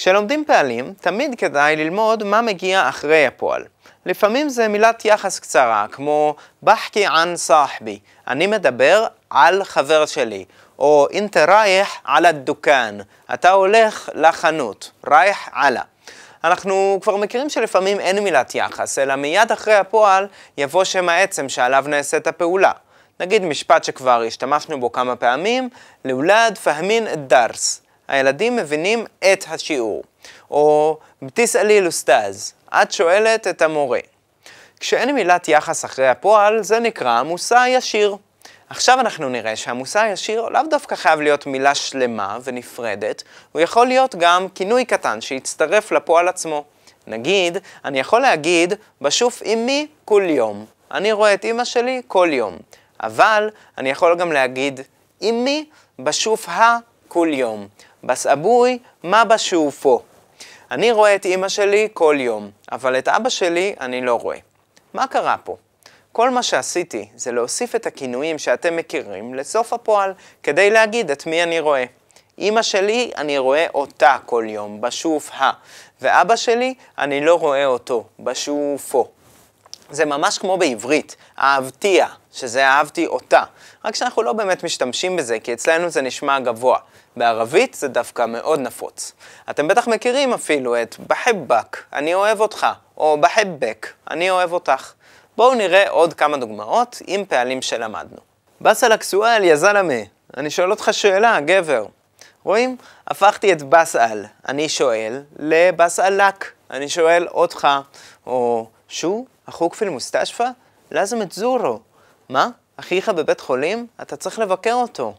כשלומדים פעלים, תמיד כדאי ללמוד מה מגיע אחרי הפועל. לפעמים זה מילת יחס קצרה, כמו בחקי ען סחבי, אני מדבר על חבר שלי, או אינט ראיח על הדוכן, אתה הולך לחנות, ראיח עלה. אנחנו כבר מכירים שלפעמים אין מילת יחס, אלא מיד אחרי הפועל יבוא שם העצם שעליו נעשית הפעולה. נגיד משפט שכבר השתמשנו בו כמה פעמים, לאולד פהמין דרס, הילדים מבינים את השיעור. או בתסאלי לוסטז, את שואלת את המורה. כשאין מילת יחס אחרי הפועל, זה נקרא מושא ישיר. עכשיו אנחנו נראה שהמושא הישיר לאו דווקא חייב להיות מילה שלמה ונפרדת, הוא יכול להיות גם כינוי קטן שיצטרף לפועל עצמו. נגיד, אני יכול להגיד, בשוף אמי כל יום. אני רואה את אמא שלי כל יום. אבל אני יכול גם להגיד, אמי בשוף כל יום. בס אבוי, מה בשופו? אני רואה את אמא שלי כל יום, אבל את אבא שלי אני לא רואה. מה קרה פה? כל מה שעשיתי זה להוסיף את הכינויים שאתם מכירים לסוף הפועל, כדי להגיד את מי אני רואה. אמא שלי, אני רואה אותה כל יום, בשוף ואבא שלי, אני לא רואה אותו, בשופו. זה ממש כמו בעברית, אהבתיה, שזה אהבתי אותה. רק שאנחנו לא באמת משתמשים בזה, כי אצלנו זה נשמע גבוה. בערבית זה דווקא מאוד נפוץ. אתם בטח מכירים אפילו את בחבק, אני אוהב אותך, או בחבק, אני אוהב אותך. בואו נראה עוד כמה דוגמאות עם פעלים שלמדנו. בסלק סואל יא זלמה, אני שואל אותך שאלה, גבר. רואים? הפכתי את בסאל, אני שואל, לבסאלק, אני שואל אותך. או שו, אחוק פיל מוסטשפה? לזם תזורו. מה? אחיך בבית חולים? אתה צריך לבקר אותו.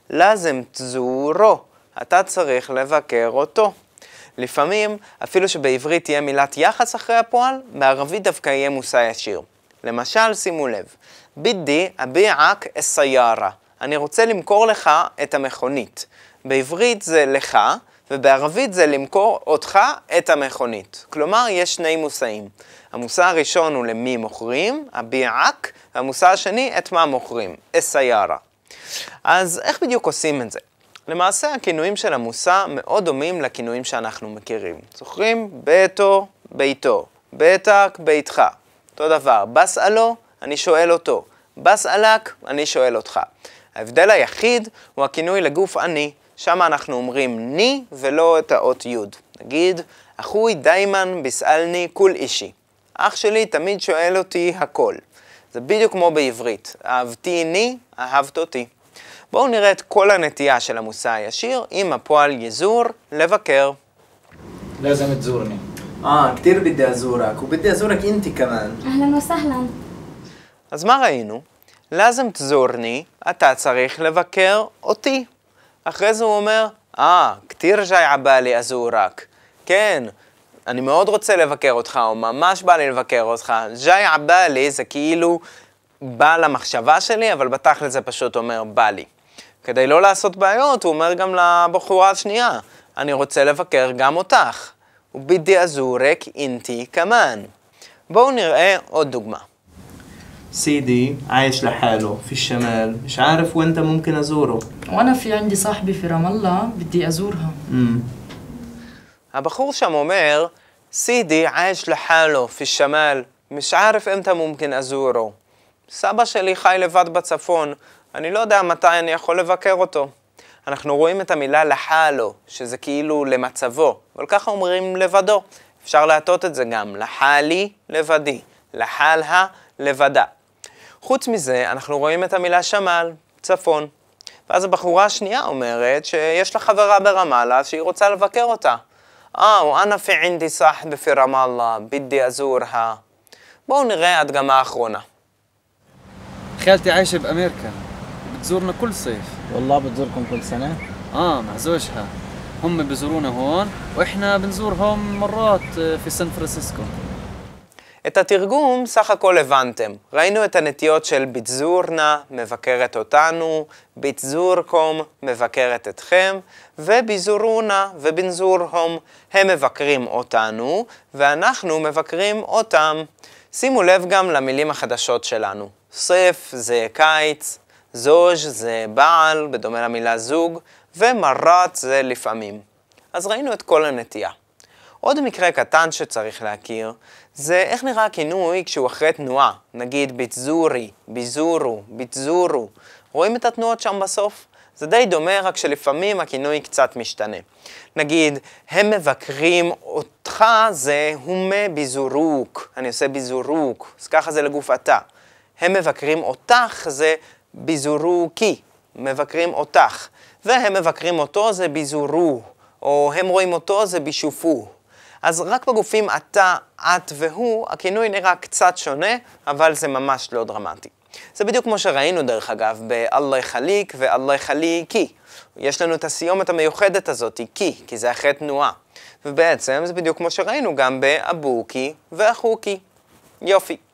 לזם תזורו. אתה צריך לבקר אותו. לפעמים, אפילו שבעברית תהיה מילת יחס אחרי הפועל, בערבית דווקא יהיה מושא ישיר. למשל, שימו לב, בידי אביעק א-סיירה. אני רוצה למכור לך את המכונית. בעברית זה לך, ובערבית זה למכור אותך את המכונית. כלומר, יש שני מושאים. המושא הראשון הוא למי מוכרים, אביעק, והמושא השני את מה מוכרים, א-סיירה. אז איך בדיוק עושים את זה? למעשה, הכינויים של המושא מאוד דומים לכינויים שאנחנו מכירים. זוכרים? ביתו, ביתו. ביתק, ביתך. אותו דבר. בסאלו, אני שואל אותו. בסאלק, אני שואל אותך. ההבדל היחיד הוא הכינוי לגוף אני. שם אנחנו אומרים ני ולא את האות י'. נגיד, אחוי דיימן בסאלני כול אישי. אח שלי תמיד שואל אותי הכל. זה בדיוק כמו בעברית. אהבתי ני, אהבת אותי. בואו נראה את כל הנטייה של המושא הישיר עם הפועל יזור לבקר. لازم تزورني. كتير بدي أزورك وبدي أزورك أنت كمان. أهلاً وسهلاً. אז מה ראינו? لازم تزورني, אתה צריך לבקר אותי. אחרי זה הוא אומר, كتير جاي عبالي أزورك. כן, אני מאוד רוצה לבקר אותך, או ממש בא לי לבקר אותך. ג'אי עבאלי זה כאילו בא למחשבה שלי, אבל בתכל'ס זה פשוט אומר בא לי. כדי לא לעשות בעיות, הוא אומר גם לבחורה השנייה, אני רוצה לבקר גם אותך. ובידי אזורק אינתי כמן. בואו נראה עוד דוגמה. سيدي عايش لحاله في الشمال مش عارف وين ممكن أزوره. وأنا في عندي صاحبي في رام الله بدي أزورها. הבחור שם אומר, סידי עייש לחלו في الشمال مش عارف امتى ممكن أزوره. סבא שלי חי לבד בצפון, אני לא יודע מתי אני יכול לבקר אותו. אנחנו רואים את המילה לחלו, שזה כאילו למצבו, אבל ככה אומרים לבדו. אפשר להטות את זה גם, לחלי לבדי, לחלה לבדה. חוץ מזה, אנחנו רואים את המילה שמל, צפון. ואז הבחורה השנייה אומרת שיש לה חברה ברמאללה שהיא רוצה לבקר אותה. ואנה פי עינדי סחבי פי רמאללה, בידי אזורها. בואו נראה הדגמה האחרונה. خالتي عايشة بأمريكا بتزورنا كل صيف. والله بتزوركم كل سنة؟ مع زوجها. هم بزورونا هون وإحنا بنزورهم مرات في سان فرانسيسكو. את התרגום סך הכל הבנתם. ראינו את הנטיות של ביטזורנה, מבקרת אותנו, ביטזורקום, מבקרת אתכם, וביזורונה ובנזורהום, הם מבקרים אותנו, ואנחנו מבקרים אותם. שימו לב גם למילים החדשות שלנו. סף זה קיץ, זוז' זה בעל, בדומה למילה זוג, ומרת זה לפעמים. אז ראינו את כל הנטייה. עוד מקרה קטן שצריך להכיר, זה איך נראה הכינוי כשהוא אחרי תנועה. נגיד ביטזורי, ביזורו, ביטזורו. רואים את התנועות שם בסוף? זה די דומה, רק שלפעמים הכינוי קצת משתנה. נגיד, הם מבקרים אותך, זה הומה ביזורוק. אני עושה ביזורוק, אז ככה זה לגוף אתה. הם מבקרים אותך, זה ביזורוקי. מבקרים אותך. והם מבקרים אותו, זה ביזורו. או הם רואים אותו, זה בישופו. אז רק בגופים אתה, את והוא, הכינוי נראה קצת שונה, אבל זה ממש לא דרמטי. זה בדיוק כמו שראינו דרך אגב, באללה חליק ואללה חליקי. יש לנו את הסיומת המיוחדת הזאת, כי זה אחרי תנועה. ובעצם זה בדיוק כמו שראינו גם באבוקי ואחוקי. יופי.